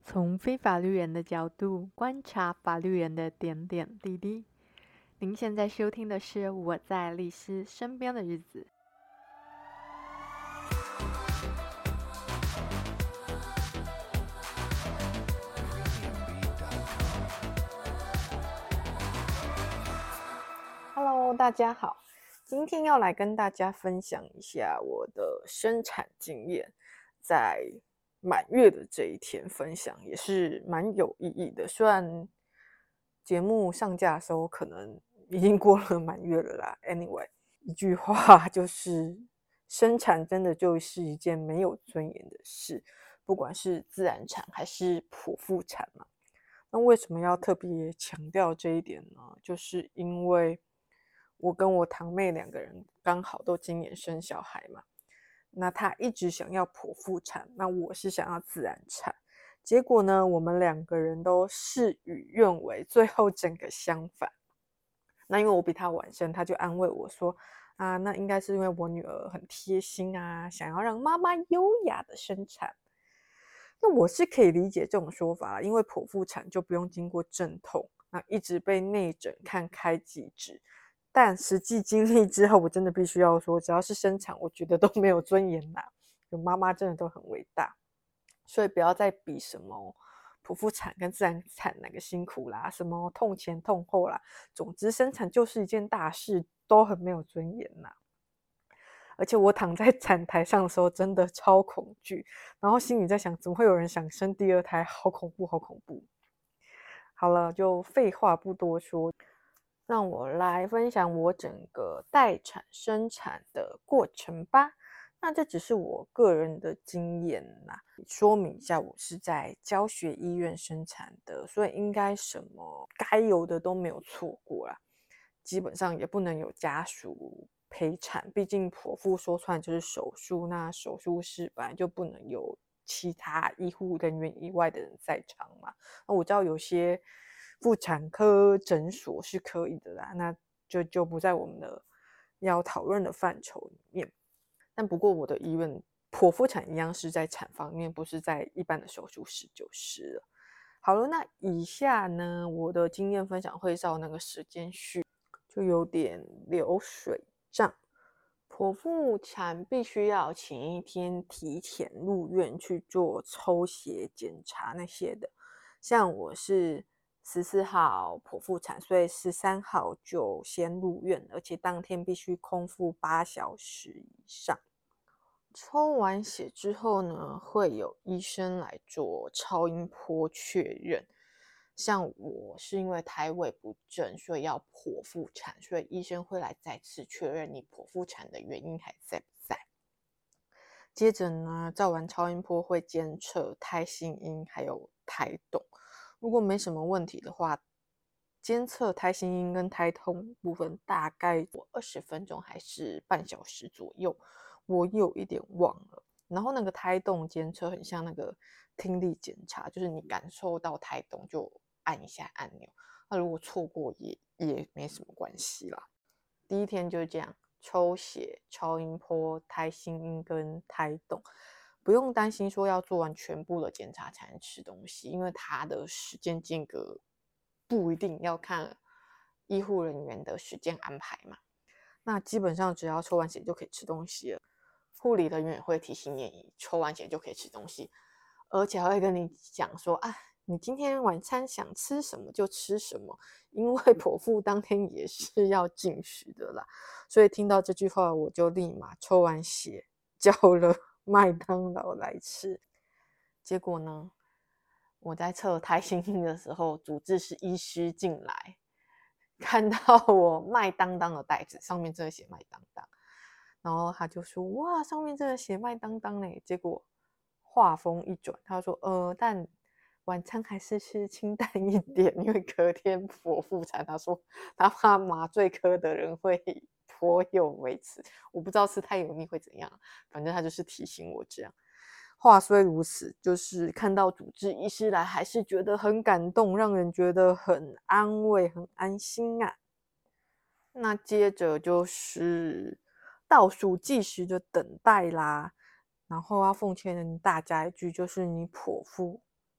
从非法律人的角度观察法律人的点点滴滴。您现在收听的是《我在律师身边的日子》。Hello，大家好，今天要来跟大家分享一下我的生产经验，在满月的这一天分享也是蛮有意义的。虽然节目上架的时候可能已经过了满月了啦 ，anyway，一句话就是生产真的就是一件没有尊严的事，不管是自然产还是剖腹产嘛。那为什么要特别强调这一点呢？就是因为我跟我堂妹两个人刚好都今年生小孩嘛，那她一直想要剖腹产，那我是想要自然产，结果呢，我们两个人都事与愿违，最后整个相反。那因为我比她晚生，她就安慰我说：啊，那应该是因为我女儿很贴心啊，想要让妈妈优雅的生产。那我是可以理解这种说法啦，因为剖腹产就不用经过阵痛，那一直被内诊看开几指。但实际经历之后，我真的必须要说，只要是生产，我觉得都没有尊严啦。有妈妈真的都很伟大，所以不要再比什么剖腹产跟自然产哪个辛苦啦，什么痛前痛后啦，总之生产就是一件大事，都很没有尊严啦。而且我躺在产台上的时候，真的超恐惧，然后心里在想，怎么会有人想生第二胎？好恐怖，好恐怖！好了，就废话不多说，让我来分享我整个待产生产的过程吧。那这只是我个人的经验啦，说明一下，我是在教学医院生产的，所以应该什么该有的都没有错过啦。基本上也不能有家属陪产，毕竟剖腹说穿就是手术，那手术室本来就不能有其他医护人员以外的人在场嘛。那我知道有些妇产科诊所是可以的啦，那就不在我们的要讨论的范畴里面。但不过我的医院剖腹产一样是在产房里面，不是在一般的手术室就是了。好了，那以下呢，我的经验分享会照那个时间序，就有点流水账。剖腹产必须要前一天提前入院去做抽血检查那些的，像我是14号剖腹产，所以13号就先入院，而且当天必须空腹8小时以上。抽完血之后呢，会有医生来做超音波确认。像我是因为胎位不正，所以要剖腹产，所以医生会来再次确认你剖腹产的原因还在不在。接着呢，照完超音波会监测胎心音还有胎动，如果没什么问题的话，监测胎心音跟胎动部分大概20分钟还是半小时左右，我有一点忘了。然后那个胎动监测很像那个听力检查，就是你感受到胎动就按一下按钮，那如果错过也没什么关系啦。第一天就是这样，抽血、超音波、胎心音跟胎动，不用担心说要做完全部的检查才能吃东西，因为它的时间间隔不一定，要看医护人员的时间安排嘛。那基本上只要抽完血就可以吃东西了，护理人员也会提醒你，抽完血就可以吃东西，而且还会跟你讲说啊，你今天晚餐想吃什么就吃什么，因为剖腹当天也是要进食的啦。所以听到这句话，我就立马抽完血叫了麦当劳来吃。结果呢，我在测胎心音的时候，主治是医师进来，看到我麦当当的袋子上面真的写麦当当，然后他就说：“哇，上面真的写麦当当嘞！”结果话锋一转，他说：但晚餐还是吃清淡一点，因为隔天剖腹产。他说他怕麻醉科的人会颇有微词，我不知道吃太油腻会怎样，反正他就是提醒我这样。话虽如此，就是看到主治医师来，还是觉得很感动，让人觉得很安慰、很安心啊。那接着就是倒数计时的等待啦，然后要奉劝大家一句，就是你剖腹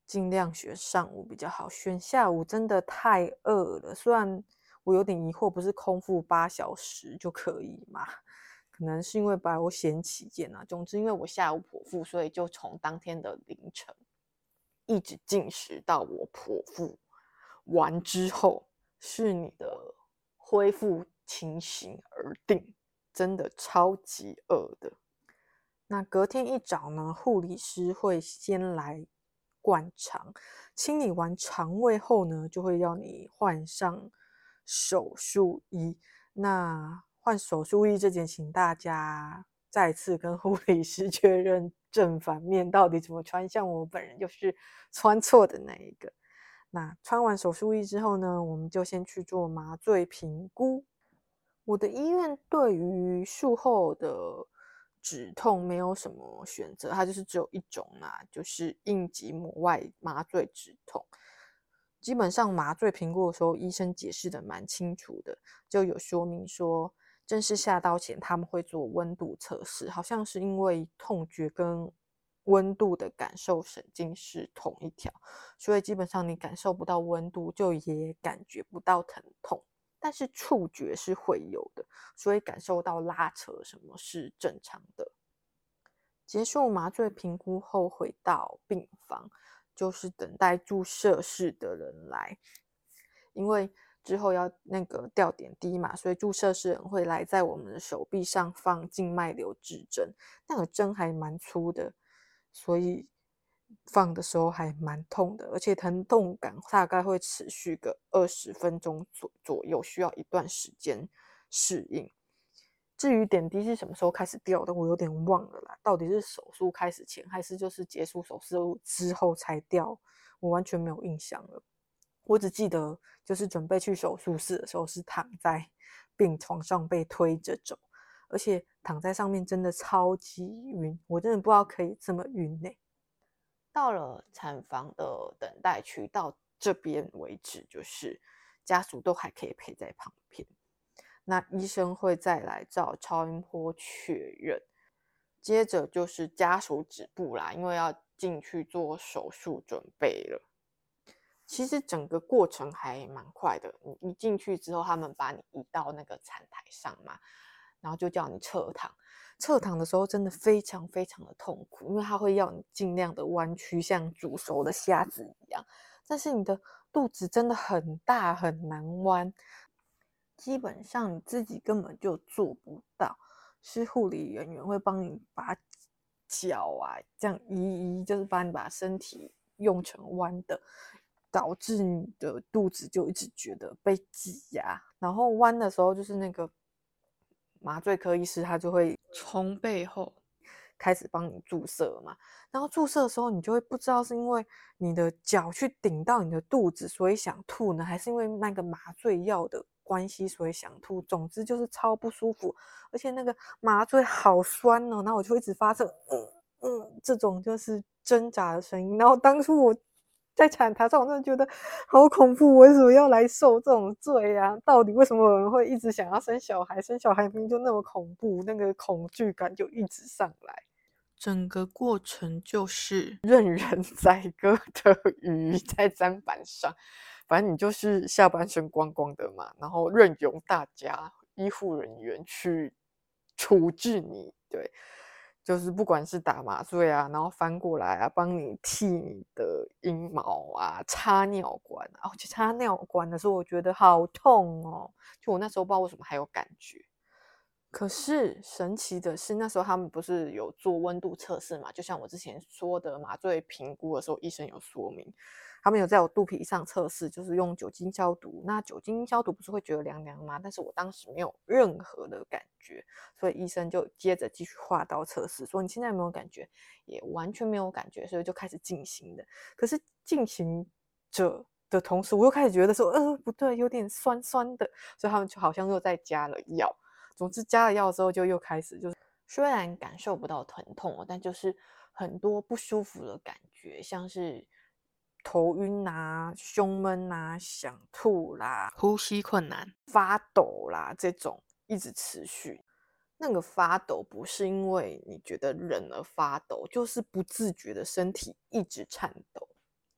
尽量选上午比较好，选下午真的太饿了。虽然我有点疑惑，不是空腹8小时就可以吗？可能是因为把我嫌起见啊。总之，因为我下午剖腹，所以就从当天的凌晨一直进食到我剖腹完之后，是你的恢复情形而定，真的超级饿的。那隔天一早呢，护理师会先来灌肠，清理完肠胃后呢，就会要你换上手术衣。那换手术衣这件，请大家再次跟护理师确认正反面到底怎么穿。像我本人就是穿错的那一个。那穿完手术衣之后呢，我们就先去做麻醉评估。我的医院对于术后的止痛没有什么选择，它就是只有一种啦，就是硬脊膜外麻醉止痛。基本上麻醉评估的时候，医生解释的蛮清楚的，就有说明说，正式下刀前他们会做温度测试，好像是因为痛觉跟温度的感受神经是同一条，所以基本上你感受不到温度，就也感觉不到疼痛。但是触觉是会有的，所以感受到拉扯什么是正常的。结束麻醉评估后，回到病房，就是等待注射室的人来，因为之后要那个吊点滴嘛，所以注射室人会来在我们的手臂上放静脉留置针，那个针还蛮粗的，所以放的时候还蛮痛的，而且疼痛感大概会持续个20分钟左右，需要一段时间适应。至于点滴是什么时候开始掉的，我有点忘了啦，到底是手术开始前还是就是结束手术之后才掉，我完全没有印象了。我只记得就是准备去手术室的时候是躺在病床上被推着走，而且躺在上面真的超级晕，我真的不知道可以这么晕欸。到了产房的等待区，到这边为止，就是家属都还可以陪在旁边。那医生会再来照超音波确认，接着就是家属止步啦，因为要进去做手术准备了。其实整个过程还蛮快的，你一进去之后，他们把你移到那个产台上嘛，然后就叫你侧躺。侧躺的时候真的非常非常的痛苦，因为他会要你尽量的弯曲，像煮熟的虾子一样。但是你的肚子真的很大，很难弯，基本上你自己根本就做不到，是护理人员会帮你把脚啊这样移，就是把你把身体用成弯的，导致你的肚子就一直觉得被挤压。然后弯的时候，就是那个麻醉科医师他就会从背后开始帮你注射嘛，然后注射的时候，你就会不知道是因为你的脚去顶到你的肚子，所以想吐呢，还是因为那个麻醉药的关系，所以想吐。总之就是超不舒服，而且那个麻醉好酸哦，然后我就一直发出这种就是挣扎的声音。然后当初我在产台上，我真的觉得好恐怖，我为什么要来受这种罪啊？到底为什么有人会一直想要生小孩？生小孩明明就那么恐怖，那个恐惧感就一直上来。整个过程就是任人宰割的鱼在砧板上，反正你就是下半身光光的嘛，然后任由大家医护人员去处置你，对，就是不管是打麻醉啊，然后翻过来啊，帮你剃你的阴毛啊，插尿管啊，去插尿管的时候，我觉得好痛哦，就我那时候不知道为什么还有感觉。可是神奇的是，那时候他们不是有做温度测试嘛？就像我之前说的，麻醉评估的时候，医生有说明，他们有在我肚皮上测试，就是用酒精消毒。那酒精消毒不是会觉得凉凉吗？但是我当时没有任何的感觉，所以医生就接着继续划刀测试，说你现在有没有感觉？也完全没有感觉，所以就开始进行的。可是进行着的同时，我又开始觉得说，不对，有点酸酸的，所以他们就好像又再加了药。总之加了药之后就又开始，就是虽然感受不到疼痛，但就是很多不舒服的感觉，像是头晕啊、胸闷啊、想吐啦、呼吸困难、发抖啦这种一直持续。那个发抖不是因为你觉得冷而发抖，就是不自觉的身体一直颤抖。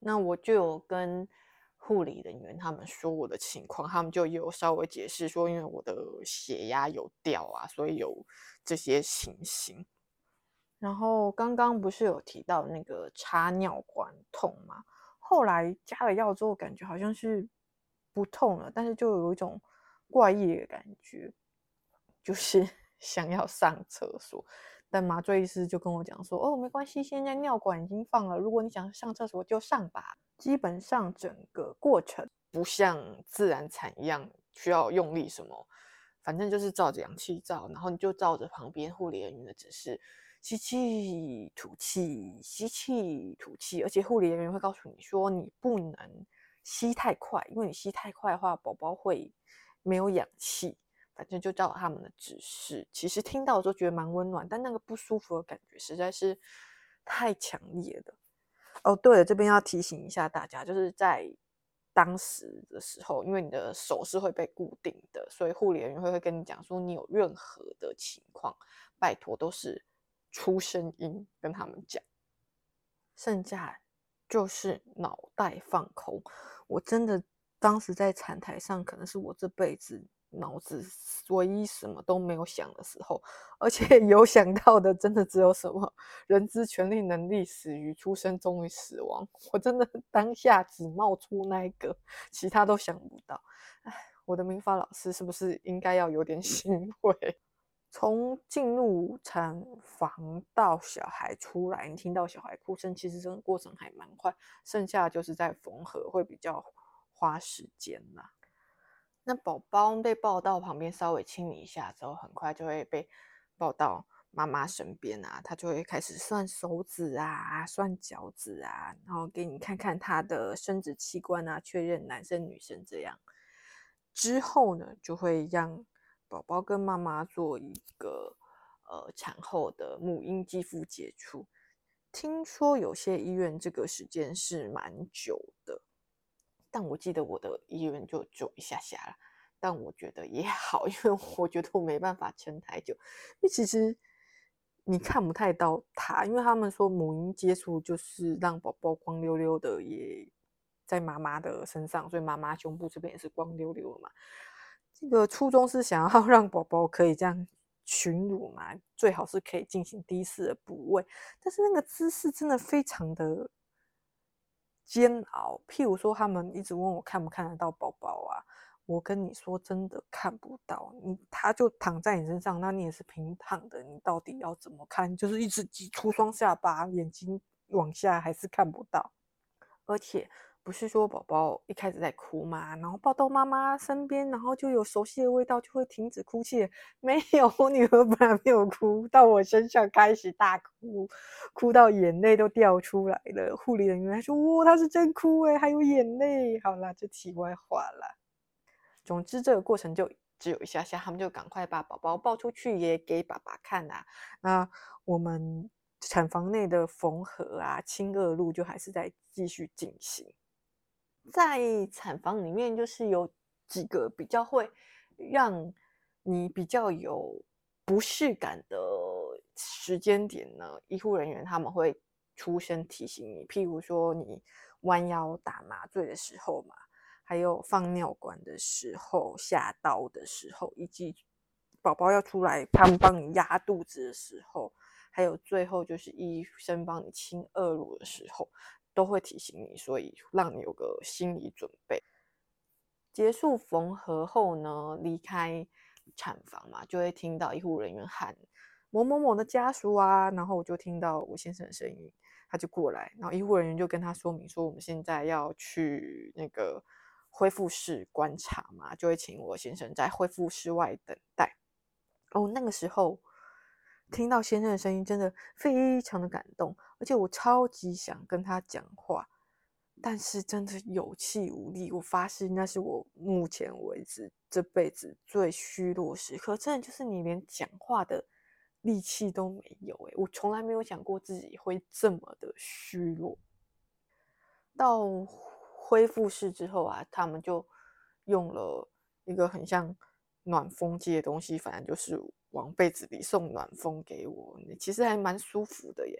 那我就有跟护理人员他们说我的情况，他们就有稍微解释说，因为我的血压有掉啊，所以有这些情形。然后刚刚不是有提到那个插尿管痛吗？后来加了药之后，感觉好像是不痛了，但是就有一种怪异的感觉，就是想要上厕所。但麻醉医师就跟我讲说：“哦，没关系，现在尿管已经放了，如果你想上厕所就上吧。”基本上整个过程不像自然产一样需要用力什么，反正就是照着氧气罩，然后你就照着旁边护理人员的指示，吸气吐气，吸气吐气，而且护理人员会告诉你说你不能吸太快，因为你吸太快的话，宝宝会没有氧气。反正就照他们的指示，其实听到的时候觉得蛮温暖，但那个不舒服的感觉实在是太强烈了。哦，对了，这边要提醒一下大家，就是在当时的时候，因为你的手是会被固定的，所以护理人员会跟你讲说，你有任何的情况，拜托都是出声音跟他们讲，剩下就是脑袋放空。我真的当时在产台上，可能是我这辈子脑子唯一什么都没有想的时候，而且有想到的，真的只有什么人之权利能力死于出生，终于死亡。我真的当下只冒出那一个，其他都想不到。哎，我的民法老师是不是应该要有点欣慰？从进入产房到小孩出来，你听到小孩哭声，其实这个过程还蛮快，剩下就是在缝合会比较花时间啦。那宝宝被抱到旁边稍微亲你一下之后，很快就会被抱到妈妈身边啊，他就会开始算手指啊，算脚趾啊，然后给你看看他的生殖器官啊，确认男生女生这样。之后呢，就会让宝宝跟妈妈做一个产后的母婴肌肤接触。听说有些医院这个时间是蛮久的，但我记得我的医院就久一下下了。但我觉得也好，因为我觉得我没办法撑太久，因为其实你看不太到他，因为他们说母婴接触就是让宝宝光溜溜的，也在妈妈的身上，所以妈妈胸部这边也是光溜溜的嘛。这个初衷是想要让宝宝可以这样群乳嘛，最好是可以进行第一次的补位，但是那个姿势真的非常的煎熬。譬如说，他们一直问我看不看得到宝宝啊，我跟你说真的看不到，他就躺在你身上，那你也是平躺的，你到底要怎么看？就是一直挤出双下巴，眼睛往下还是看不到。而且不是说宝宝一开始在哭嘛，然后抱到妈妈身边，然后就有熟悉的味道，就会停止哭泣。没有，我女儿本来没有哭，到我身上开始大哭，哭到眼泪都掉出来了。护理人员还说：“哇，她是真哭诶，还有眼泪。”好啦，这题外话啦。总之，这个过程就只有一下下，他们就赶快把宝宝抱出去，也给爸爸看啊。那我们产房内的缝合啊、清恶露就还是在继续进行。在产房里面，就是有几个比较会让你比较有不适感的时间点呢，医护人员他们会出声提醒你，譬如说你弯腰打麻醉的时候嘛，还有放尿管的时候、下刀的时候，以及宝宝要出来，他们帮你压肚子的时候，还有最后就是医生帮你清恶露的时候，都会提醒你，所以让你有个心理准备。结束缝合后呢，离开产房嘛，就会听到医护人员喊某某某的家属啊，然后我就听到我先生的声音，他就过来，然后医护人员就跟他说明说，我们现在要去那个恢复室观察嘛，就会请我先生在恢复室外等待。哦，那个时候听到先生的声音，真的非常的感动，而且我超级想跟他讲话，但是真的有气无力。我发誓，那是我目前为止这辈子最虚弱时刻，真的就是你连讲话的力气都没有我从来没有想过自己会这么的虚弱。到恢复室之后啊，他们就用了一个很像暖风机的东西，反正就是往被子里送暖风给我，其实还蛮舒服的耶。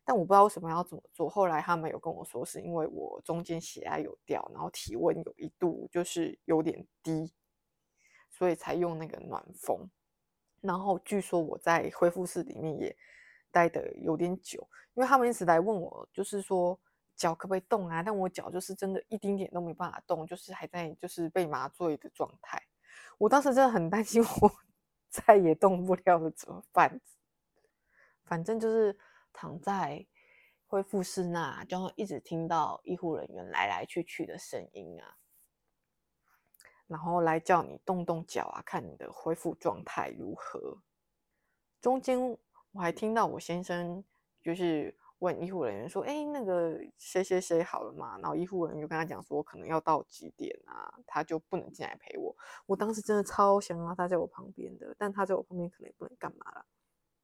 但我不知道为什么要这么做。后来他们有跟我说，是因为我中间血压有掉，然后体温有一度就是有点低，所以才用那个暖风。然后据说我在恢复室里面也待得有点久，因为他们一直来问我，就是说脚可不可以动啊？但我脚就是真的一丁点都没办法动，就是还在就是被麻醉的状态。我当时真的很担心我再也动不了了怎么办？反正就是躺在恢复室那，就会一直听到医护人员来来去去的声音啊，然后来叫你动动脚啊，看你的恢复状态如何。中间我还听到我先生就是问医护人员说：“哎，那个谁谁谁好了嘛？”然后医护人员就跟他讲说，可能要到几点啊，他就不能进来陪我。我当时真的超想要他在我旁边的，但他在我旁边可能也不能干嘛了。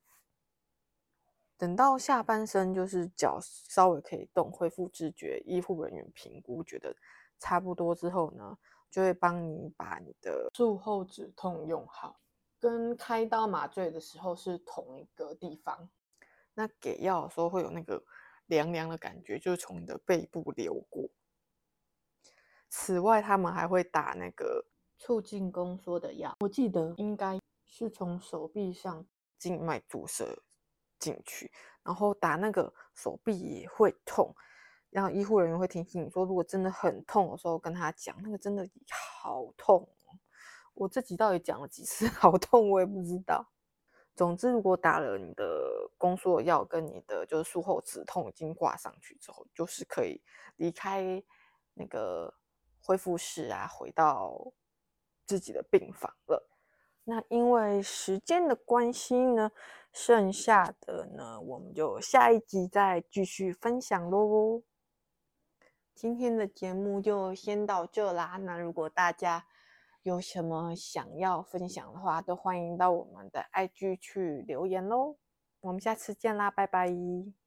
等到下半身就是脚稍微可以动、恢复知觉，医护人员评估觉得差不多之后呢，就会帮你把你的术后止痛用好，跟开刀麻醉的时候是同一个地方。那给药的时候会有那个凉凉的感觉，就是从你的背部流过。此外，他们还会打那个促进宫缩的药，我记得应该是从手臂上静脉注射进去，然后打那个手臂也会痛，然后医护人员会提醒你说，如果真的很痛的时候，跟他讲那个真的好痛哦。我这集到底讲了几次好痛，我也不知道。总之，如果打了你的宫缩药跟你的就是术后止痛已经挂上去之后，就是可以离开那个恢复室啊，回到自己的病房了。那因为时间的关系呢，剩下的呢，我们就下一集再继续分享喽。今天的节目就先到这啦。那如果大家有什么想要分享的话，都欢迎到我们的 IG 去留言喽。我们下次见啦，拜拜。